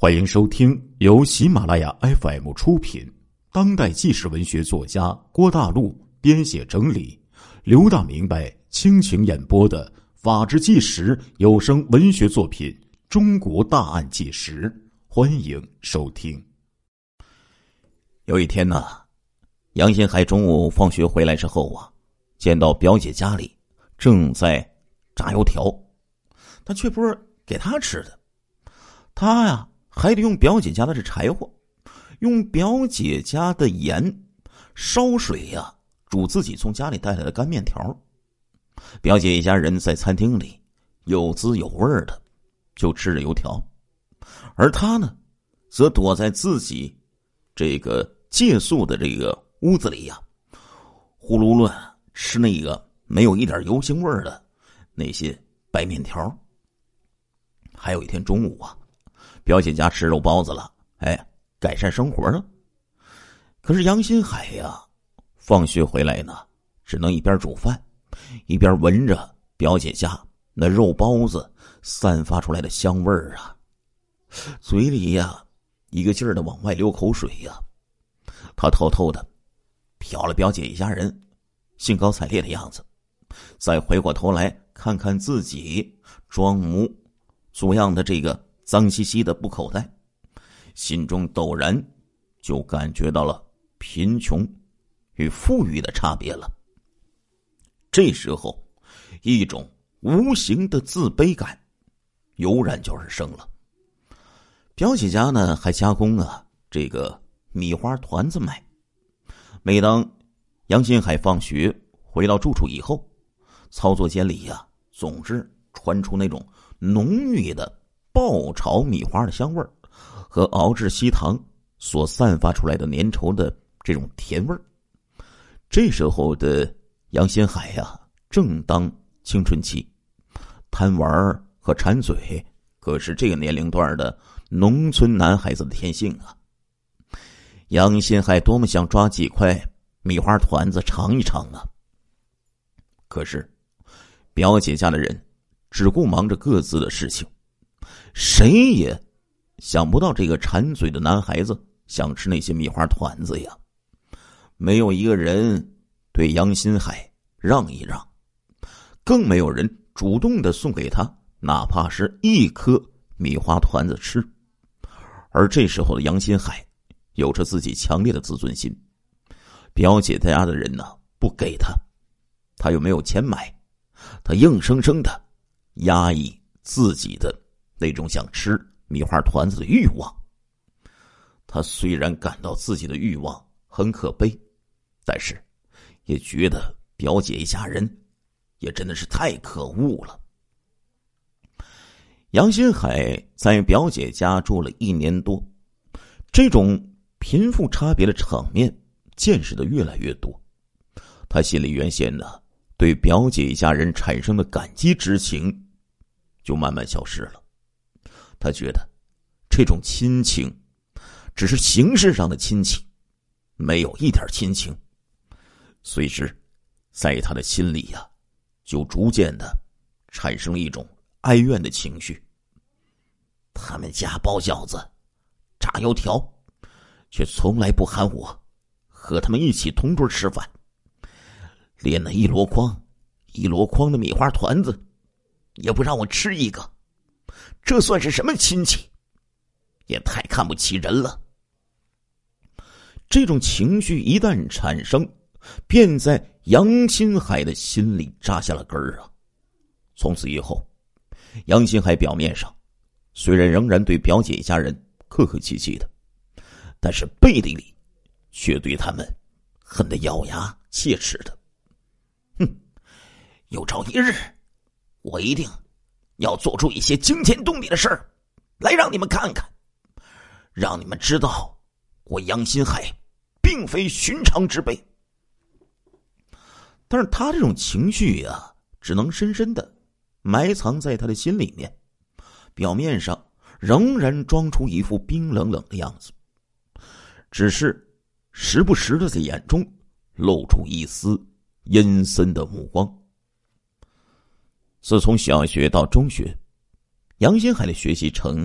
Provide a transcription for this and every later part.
欢迎收听由喜马拉雅 FM 出品，当代纪实文学作家郭大陆编写整理，刘大明白倾情演播的法治纪实有声文学作品《中国大案纪实》，欢迎收听。 有一天呢，杨新海中午放学回来之后啊，见到表姐家里正在炸油条，他却不是给他吃的，他呀还得用表姐家的这柴火，用表姐家的盐烧水呀煮自己从家里带来的干面条。表姐一家人在餐厅里有滋有味的就吃着油条，而他呢则躲在自己这个借宿的这个屋子里呀，呼噜噜吃那个没有一点油腥味的那些白面条。还有一天中午啊，表姐家吃肉包子了，改善生活了。可是杨新海呀，放学回来呢，只能一边煮饭，一边闻着表姐家那肉包子散发出来的香味儿啊，嘴里呀一个劲儿的往外流口水呀。他偷偷的瞟了表姐一家人兴高采烈的样子，再回过头来看看自己装模作样的这个脏兮兮的布口袋，心中陡然就感觉到了贫穷与富裕的差别了。这时候一种无形的自卑感油然就是生了。表姐家呢还加工这个米花团子卖，每当杨新海放学回到住处以后，操作间里呀总是传出那种浓郁的爆炒米花的香味儿和熬制稀糖所散发出来的粘稠的这种甜味儿。这时候的杨新海呀正当青春期，贪玩和馋嘴可是这个年龄段的农村男孩子的天性啊。杨新海多么想抓几块米花团子尝一尝啊！可是表姐家的人只顾忙着各自的事情，谁也想不到这个馋嘴的男孩子想吃那些米花团子呀。没有一个人对杨新海让一让，更没有人主动的送给他哪怕是一颗米花团子吃。而这时候的杨新海有着自己强烈的自尊心，表姐家的人呢不给他，他又没有钱买，他硬生生的压抑自己的那种想吃米花团子的欲望。他虽然感到自己的欲望很可悲，但是也觉得表姐一家人也真的是太可恶了。杨新海在表姐家住了1年多，这种贫富差别的场面见识的越来越多，他心里原先呢对表姐一家人产生的感激之情就慢慢消失了。他觉得这种亲情只是形式上的亲情，没有一点亲情。随之在他的心里呀就逐渐的产生了一种哀怨的情绪。他们家包饺子炸油条，却从来不喊我和他们一起同桌吃饭，连那一箩筐的米花团子也不让我吃一个，这算是什么亲戚？也太看不起人了。这种情绪一旦产生，便在杨新海的心里扎下了根儿啊。从此以后，杨新海表面上虽然仍然对表姐一家人客客气气的，但是背地里却对他们恨得咬牙切齿的。有朝一日我一定要做出一些惊天动地的事儿来让你们看看，让你们知道我杨新海并非寻常之辈。但是他这种情绪呀只能深深的埋藏在他的心里面，表面上仍然装出一副冰冷冷的样子，只是时不时的在眼中露出一丝阴森的目光。自从小学到中学，杨新海的学习成绩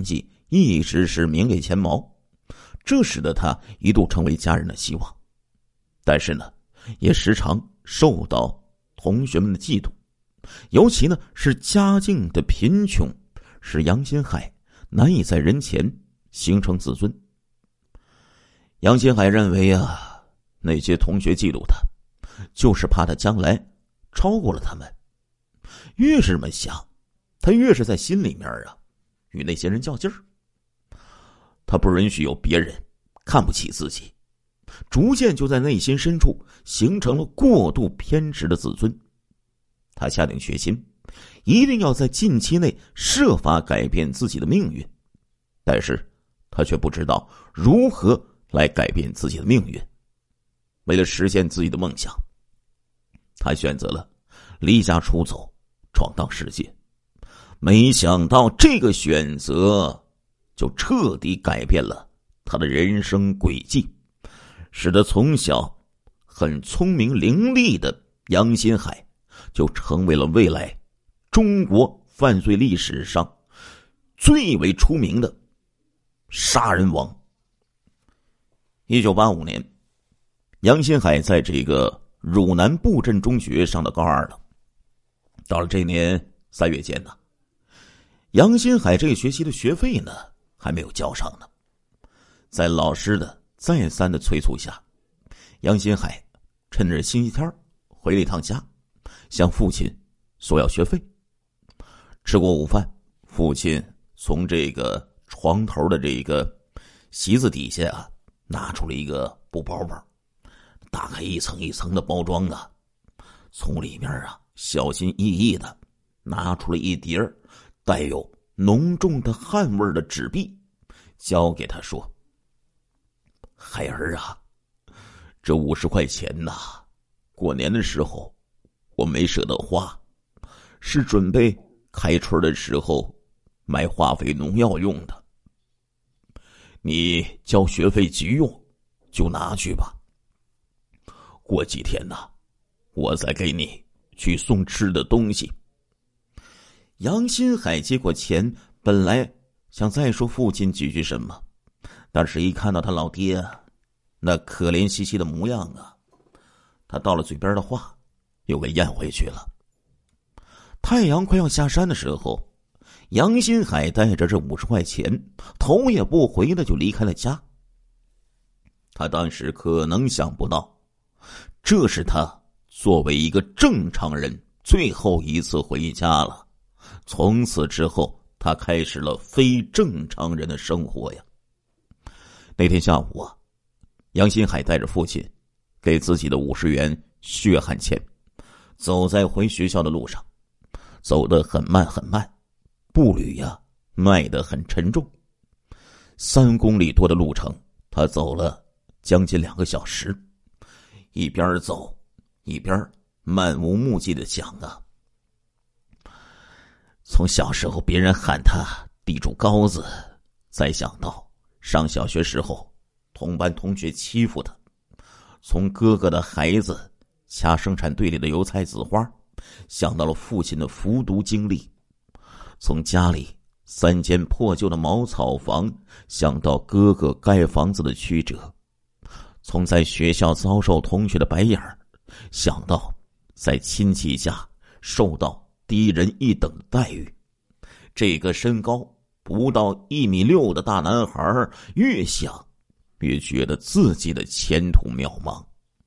一直是名列前茅，这使得他一度成为家人的希望。但是呢，也时常受到同学们的嫉妒，尤其呢是家境的贫穷，使杨新海难以在人前形成自尊。杨新海认为啊，那些同学嫉妒他，就是怕他将来超过了他们。越是这么想，他越是在心里面啊与那些人较劲儿。他不允许有别人看不起自己，逐渐就在内心深处形成了过度偏执的自尊。他下定决心，一定要在近期内设法改变自己的命运，但是他却不知道如何来改变自己的命运。为了实现自己的梦想，他选择了离家出走，闯荡世界。没想到这个选择就彻底改变了他的人生轨迹，使得从小很聪明伶俐的杨新海就成为了未来中国犯罪历史上最为出名的杀人王。1985年，杨新海在这个汝南布镇中学上的高二了。到了这年3月间呢，杨新海这个学期的学费呢还没有交上呢。在老师的再三的催促下，杨新海趁着星期天回了一趟家，向父亲索要学费。吃过午饭，父亲从这个床头的这个席子底下啊拿出了一个布包包，打开一层一层的包装啊，从里面啊小心翼翼的拿出了一叠带有浓重的汗味的纸币，交给他说：“海儿啊，这50块钱呐，过年的时候我没舍得花，是准备开春的时候买化肥农药用的。你交学费急用，就拿去吧。过几天呐，我再给你去送吃的东西。”杨新海接过钱，本来想再说父亲几句什么，但是一看到他老爹那可怜兮兮的模样啊，他到了嘴边的话又给咽回去了。太阳快要下山的时候，杨新海带着这50块钱头也不回的就离开了家。他当时可能想不到，这是他作为一个正常人最后一次回家了。从此之后，他开始了非正常人的生活呀。那天下午啊，杨新海带着父亲给自己的50元血汗钱，走在回学校的路上，走得很慢很慢，步履呀迈得很沉重。3公里多的路程，他走了将近2个小时，一边走一边漫无目的的想啊。从小时候别人喊他地主高子，再想到上小学时候同班同学欺负他，从哥哥的孩子掐生产队里的油菜籽花，想到了父亲的服毒经历，从家里3间破旧的茅草房想到哥哥盖房子的曲折，从在学校遭受同学的白眼想到在亲戚家受到低人一等的待遇。这个身高不到1.6米的大男孩越想越觉得自己的前途渺茫。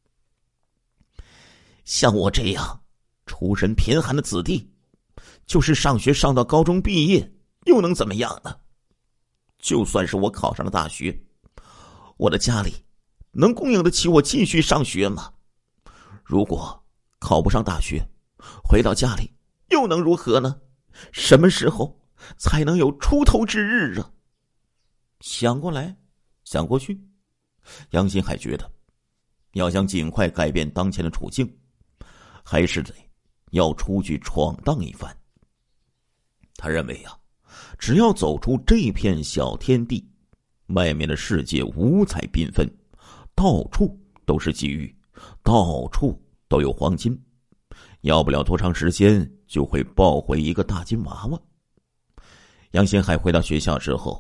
像我这样出身贫寒的子弟，就是上学上到高中毕业又能怎么样呢？就算是我考上了大学，我的家里能供应得起我继续上学吗？如果考不上大学，回到家里又能如何呢？什么时候才能有出头之日啊？想过来想过去，杨新海觉得要想尽快改变当前的处境，还是得要出去闯荡一番。他认为啊，只要走出这片小天地，外面的世界五彩缤纷，到处都是机遇，到处都有黄金，要不了多长时间就会抱回一个大金娃娃。杨新海回到学校之后，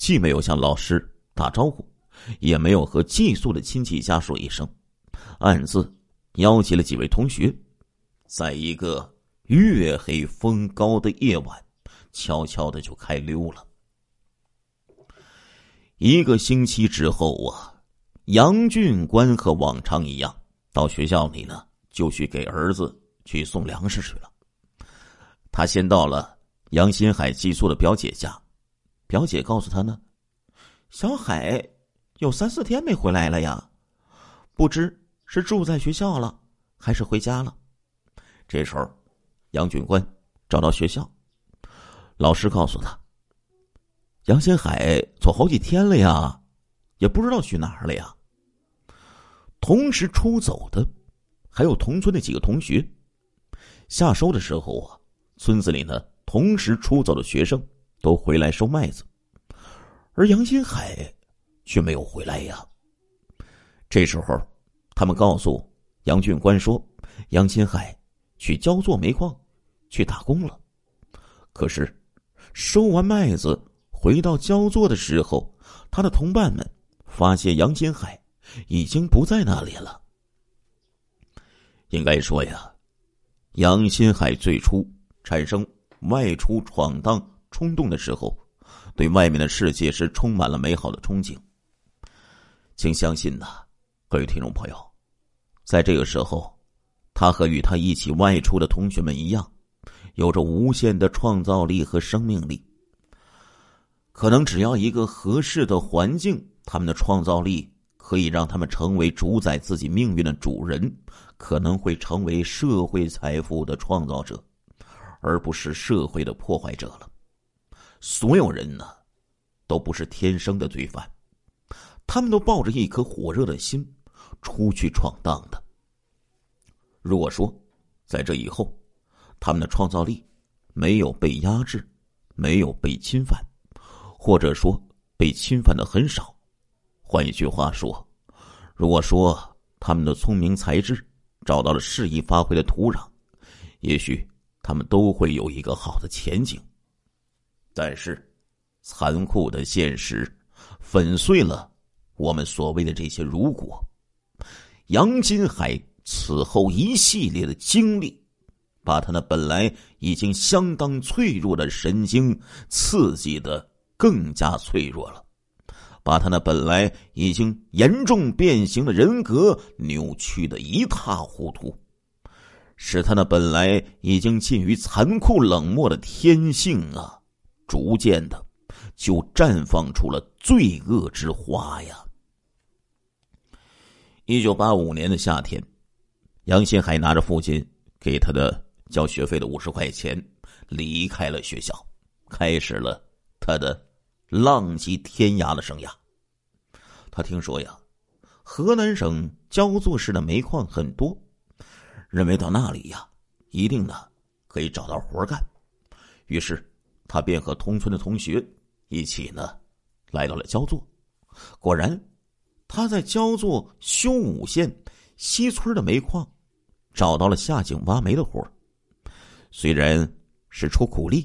既没有向老师打招呼，也没有和寄宿的亲戚家说一声，暗自邀集了几位同学，在一个月黑风高的夜晚，悄悄的就开溜了。1个星期之后啊，杨俊官和往常一样，到学校里呢，就去给儿子去送粮食去了。他先到了杨新海寄宿的表姐家，表姐告诉他呢，小海有3、4天没回来了呀，不知是住在学校了，还是回家了。这时候，杨军官找到学校，老师告诉他，杨新海走好几天了呀，也不知道去哪儿了呀。同时出走的还有同村的几个同学。夏收的时候啊，村子里呢同时出走的学生都回来收麦子，而杨新海却没有回来呀。这时候他们告诉杨俊官说，杨新海去焦作煤矿去打工了。可是收完麦子回到焦作的时候，他的同伴们发现杨新海已经不在那里了。应该说呀，杨新海最初产生外出闯荡冲动的时候，对外面的世界是充满了美好的憧憬。请相信呐，各位听众朋友，在这个时候，他和与他一起外出的同学们一样，有着无限的创造力和生命力。可能只要一个合适的环境，他们的创造力可以让他们成为主宰自己命运的主人，可能会成为社会财富的创造者，而不是社会的破坏者了。所有人呢，都不是天生的罪犯，他们都抱着一颗火热的心出去闯荡的。如果说在这以后，他们的创造力没有被压制，没有被侵犯，或者说被侵犯的很少，换一句话说，如果说他们的聪明才智找到了适宜发挥的土壤，也许他们都会有一个好的前景。但是残酷的现实粉碎了我们所谓的这些如果。杨新海此后一系列的经历，把他那本来已经相当脆弱的神经刺激得更加脆弱了，把他那本来已经严重变形的人格扭曲得一塌糊涂，使他那本来已经近于残酷冷漠的天性啊，逐渐的就绽放出了罪恶之花呀。1985年的夏天，杨新海拿着父亲给他的交学费的50块钱，离开了学校，开始了他的浪迹天涯的生涯。他听说呀，河南省焦作市的煤矿很多，认为到那里呀，一定呢可以找到活干。于是他便和同村的同学一起呢来到了焦作。果然他在焦作修武县西村的煤矿找到了下井挖煤的活，虽然是出苦力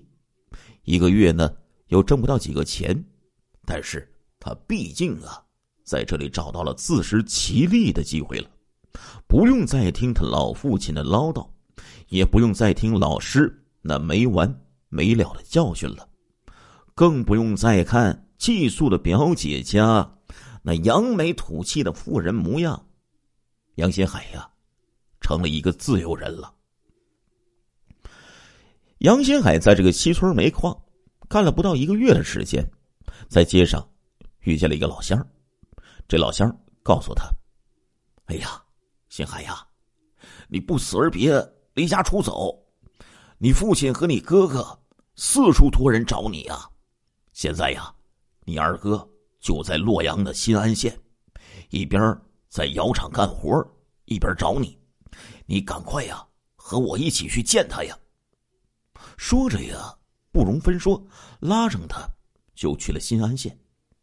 ，1个月呢又挣不到几个钱，但是他毕竟啊在这里找到了自食其力的机会了，不用再听他老父亲的唠叨，也不用再听老师那没完没了的教训了，更不用再看寄宿的表姐家那扬眉吐气的妇人模样。杨新海呀，成了一个自由人了。杨新海在这个西村煤矿干了不到1个月的时间，在街上遇见了一个老乡。这老乡告诉他，哎呀，新海呀，你不辞而别离家出走，你父亲和你哥哥四处托人找你啊。现在呀，你二哥就在洛阳的新安县，一边在窑厂干活，一边找你，你赶快呀和我一起去见他呀。说着呀，不容分说，拉上他就去了新安县。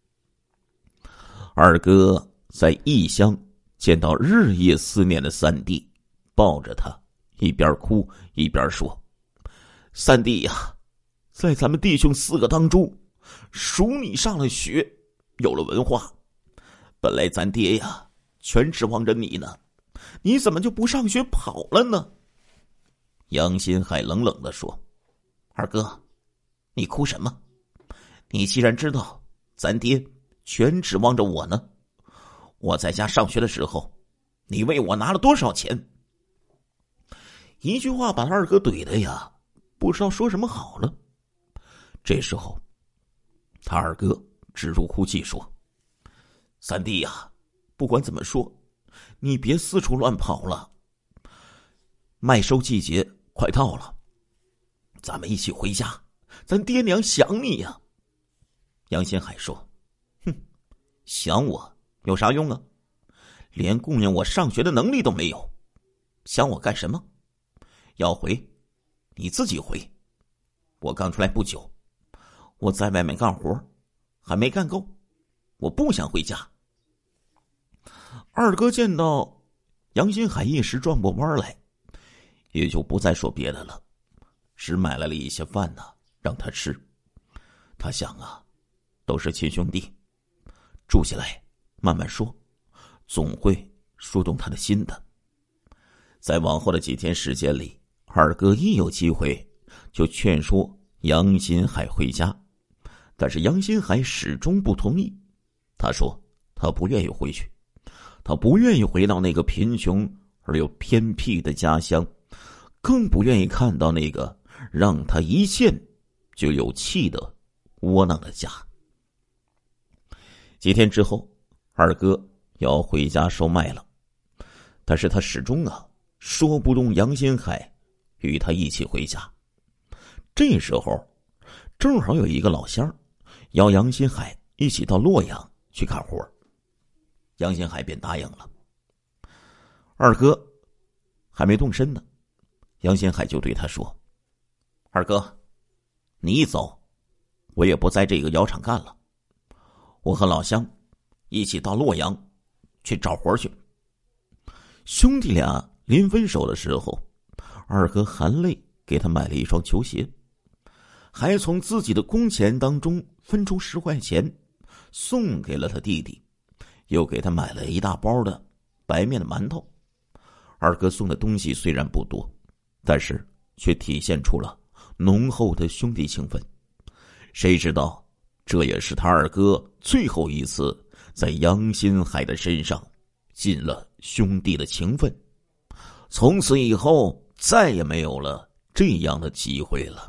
二哥在异乡见到日夜思念的三弟，抱着他一边哭一边说，三弟呀，在咱们弟兄4个当中， 数你上了学，有了文化，本来咱爹呀全指望着你呢，你怎么就不上学跑了呢？”杨新海冷冷地说：“二哥，你哭什么？你既然知道咱爹全指望着我呢，我在家上学的时候，你为我拿了多少钱？”一句话把他二哥怼的呀，不知道说什么好了。这时候，他二哥止住哭泣说：“三弟呀，不管怎么说，你别四处乱跑了。麦收季节快到了，咱们一起回家，咱爹娘想你呀。”杨新海说：“哼，想我有啥用啊？连供养我上学的能力都没有，想我干什么？要回，你自己回。我刚出来不久，我在外面干活，还没干够，我不想回家。”二哥见到杨新海一时转过弯来，也就不再说别的了，只买来了一些饭呢，让他吃。他想啊，都是亲兄弟，住下来慢慢说，总会说动他的心的。在往后的几天时间里，二哥一有机会就劝说杨新海回家，但是杨新海始终不同意。他说他不愿意回去，他不愿意回到那个贫穷而又偏僻的家乡，更不愿意看到那个让他一见就有气的窝囊的家。几天之后，二哥要回家收麦了，但是他始终说不动杨新海与他一起回家。这时候正好有一个老乡要杨新海一起到洛阳去干活，杨新海便答应了。二哥还没动身呢，杨新海就对他说：“二哥，你一走，我也不在这个窑厂干了，我和老乡一起到洛阳去找活去。”兄弟俩临分手的时候，二哥含泪给他买了一双球鞋，还从自己的工钱当中分出10块钱送给了他弟弟，又给他买了一大包的白面的馒头。二哥送的东西虽然不多，但是却体现出了浓厚的兄弟情分。谁知道这也是他二哥最后一次在杨新海的身上尽了兄弟的情分，从此以后再也没有了这样的机会了。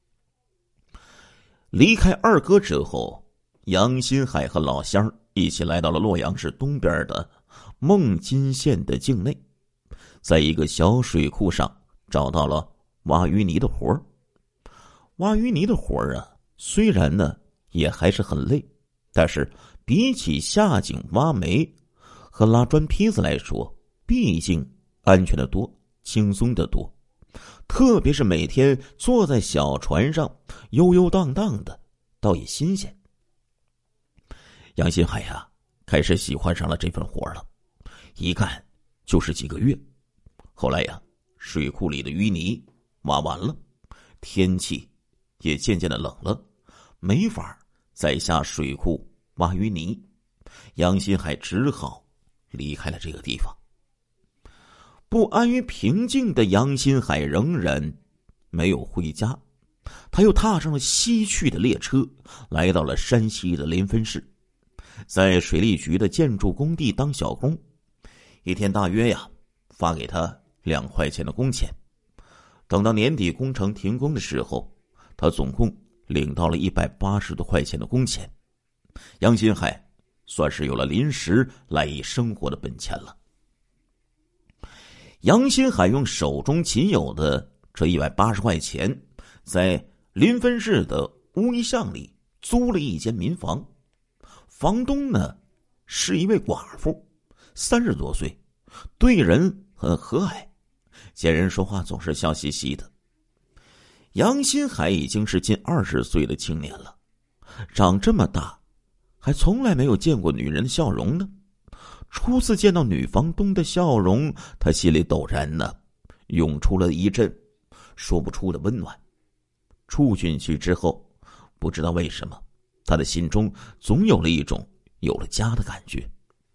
离开二哥之后，杨新海和老乡一起来到了洛阳市东边的孟津县的境内，在一个小水库上找到了挖淤泥的活儿。挖淤泥的活儿虽然也还是很累，但是比起下井挖煤和拉砖坯子来说，毕竟安全的多，轻松的多。特别是每天坐在小船上悠悠荡荡的，倒也新鲜。杨新海开始喜欢上了这份活了，一干就是几个月。后来水库里的淤泥挖完了，天气也渐渐的冷了，没法再下水库挖淤泥，杨新海只好离开了这个地方。不安于平静的杨新海仍然没有回家，他又踏上了西去的列车，来到了山西的临汾市，在水利局的建筑工地当小工，一天大约发给他2块钱的工钱。等到年底工程停工的时候，他总共领到了180多块钱的工钱。杨新海算是有了临时赖以生活的本钱了。杨新海用手中仅有的这180块钱，在临汾市的乌衣巷里租了一间民房。房东是一位寡妇，30多岁，对人很和蔼，见人说话总是笑嘻嘻的。杨新海已经是近20岁的青年了，长这么大还从来没有见过女人的笑容呢。初次见到女房东的笑容，他心里陡然涌出了一阵说不出的温暖。住进去之后，不知道为什么他的心中总有了一种有了家的感觉。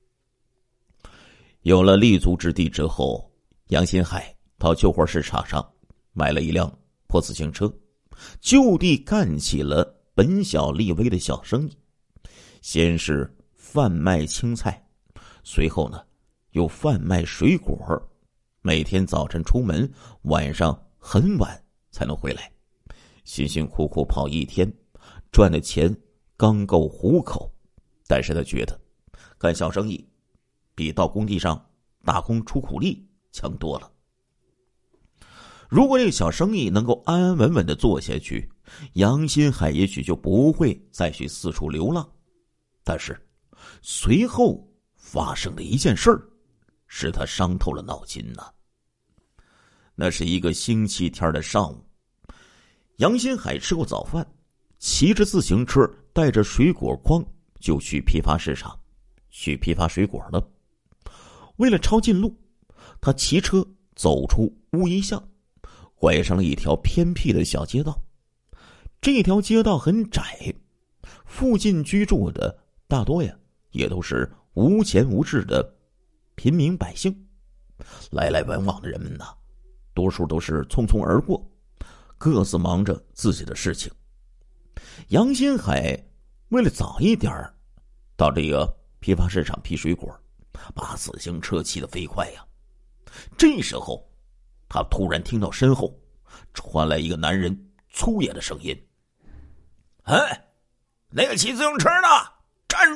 有了立足之地之后，杨新海到旧货市场上买了一辆破自行车，就地干起了本小利微的小生意。先是贩卖青菜，随后呢又贩卖水果，每天早晨出门，晚上很晚才能回来，辛辛苦苦跑一天，赚的钱刚够糊口。但是他觉得干小生意比到工地上打工出苦力强多了。如果这个小生意能够安安稳稳的做下去，杨新海也许就不会再去四处流浪。但是随后发生的一件事儿使他伤透了脑筋呢。那是一个星期天的上午，杨新海吃过早饭，骑着自行车带着水果筐就去批发市场去批发水果了。为了抄近路，他骑车走出乌衣巷，拐上了一条偏僻的小街道。这条街道很窄，附近居住的大多呀也都是无钱无势的平民百姓，来来往往的人们呢，多数都是匆匆而过，各自忙着自己的事情。杨新海为了早一点到这个批发市场批水果，把自行车骑得飞快呀。这时候他突然听到身后传来一个男人粗野的声音：“哎，那个骑自行车的，站住！”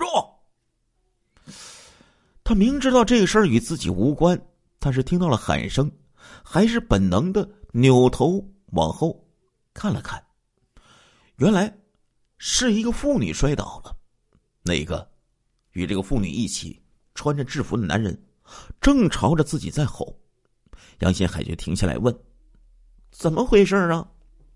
他明知道这个事儿与自己无关，但是听到了喊声，还是本能的扭头往后看了看。原来是一个妇女摔倒了，那个与这个妇女一起穿着制服的男人正朝着自己在吼。杨新海就停下来问：“怎么回事啊？”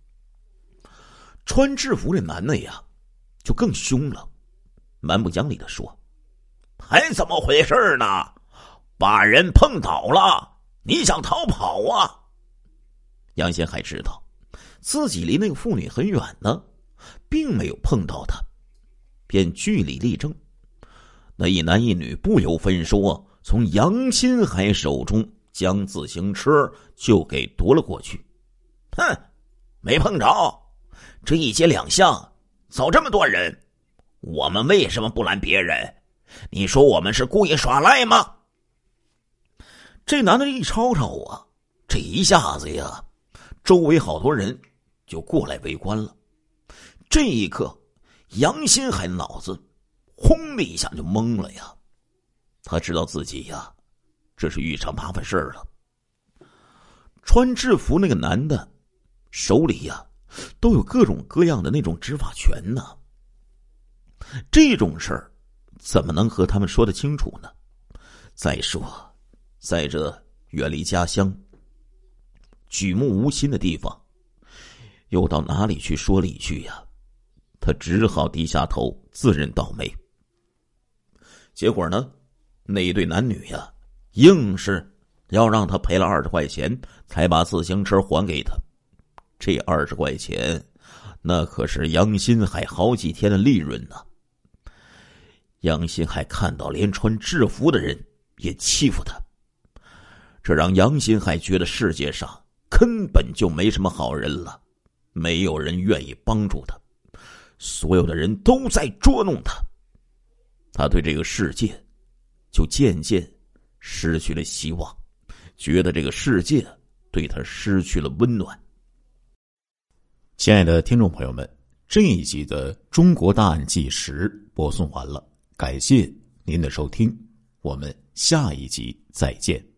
穿制服的男的呀就更凶了，蛮不讲理的说：“还怎么回事呢？把人碰倒了，你想逃跑啊？”杨新海知道自己离那个妇女很远呢，并没有碰到她，便据理力争。那一男一女不由分说，从杨新海手中将自行车就给夺了过去。“哼，没碰着，这一街两巷走这么多人，我们为什么不拦别人？你说我们是故意耍赖吗？”这男的一吵吵啊，这一下子呀，周围好多人就过来围观了。这一刻，杨新海的脑子轰的一下就懵了呀。他知道自己呀，这是遇上麻烦事了。穿制服那个男的手里呀都有各种各样的那种执法权呢。这种事儿怎么能和他们说得清楚呢？再说在这远离家乡举目无亲的地方，又到哪里去说理去呀？他只好低下头自认倒霉。结果呢，那一对男女呀硬是要让他赔了20块钱才把自行车还给他。这20块钱那可是杨新海好几天的利润呢。杨新海看到连穿制服的人也欺负他，这让杨新海觉得世界上根本就没什么好人了，没有人愿意帮助他，所有的人都在捉弄他。他对这个世界就渐渐失去了希望，觉得这个世界对他失去了温暖。 亲爱的听众朋友们，这一集的《中国大案纪实》播送完了，感谢您的收听，我们下一集再见。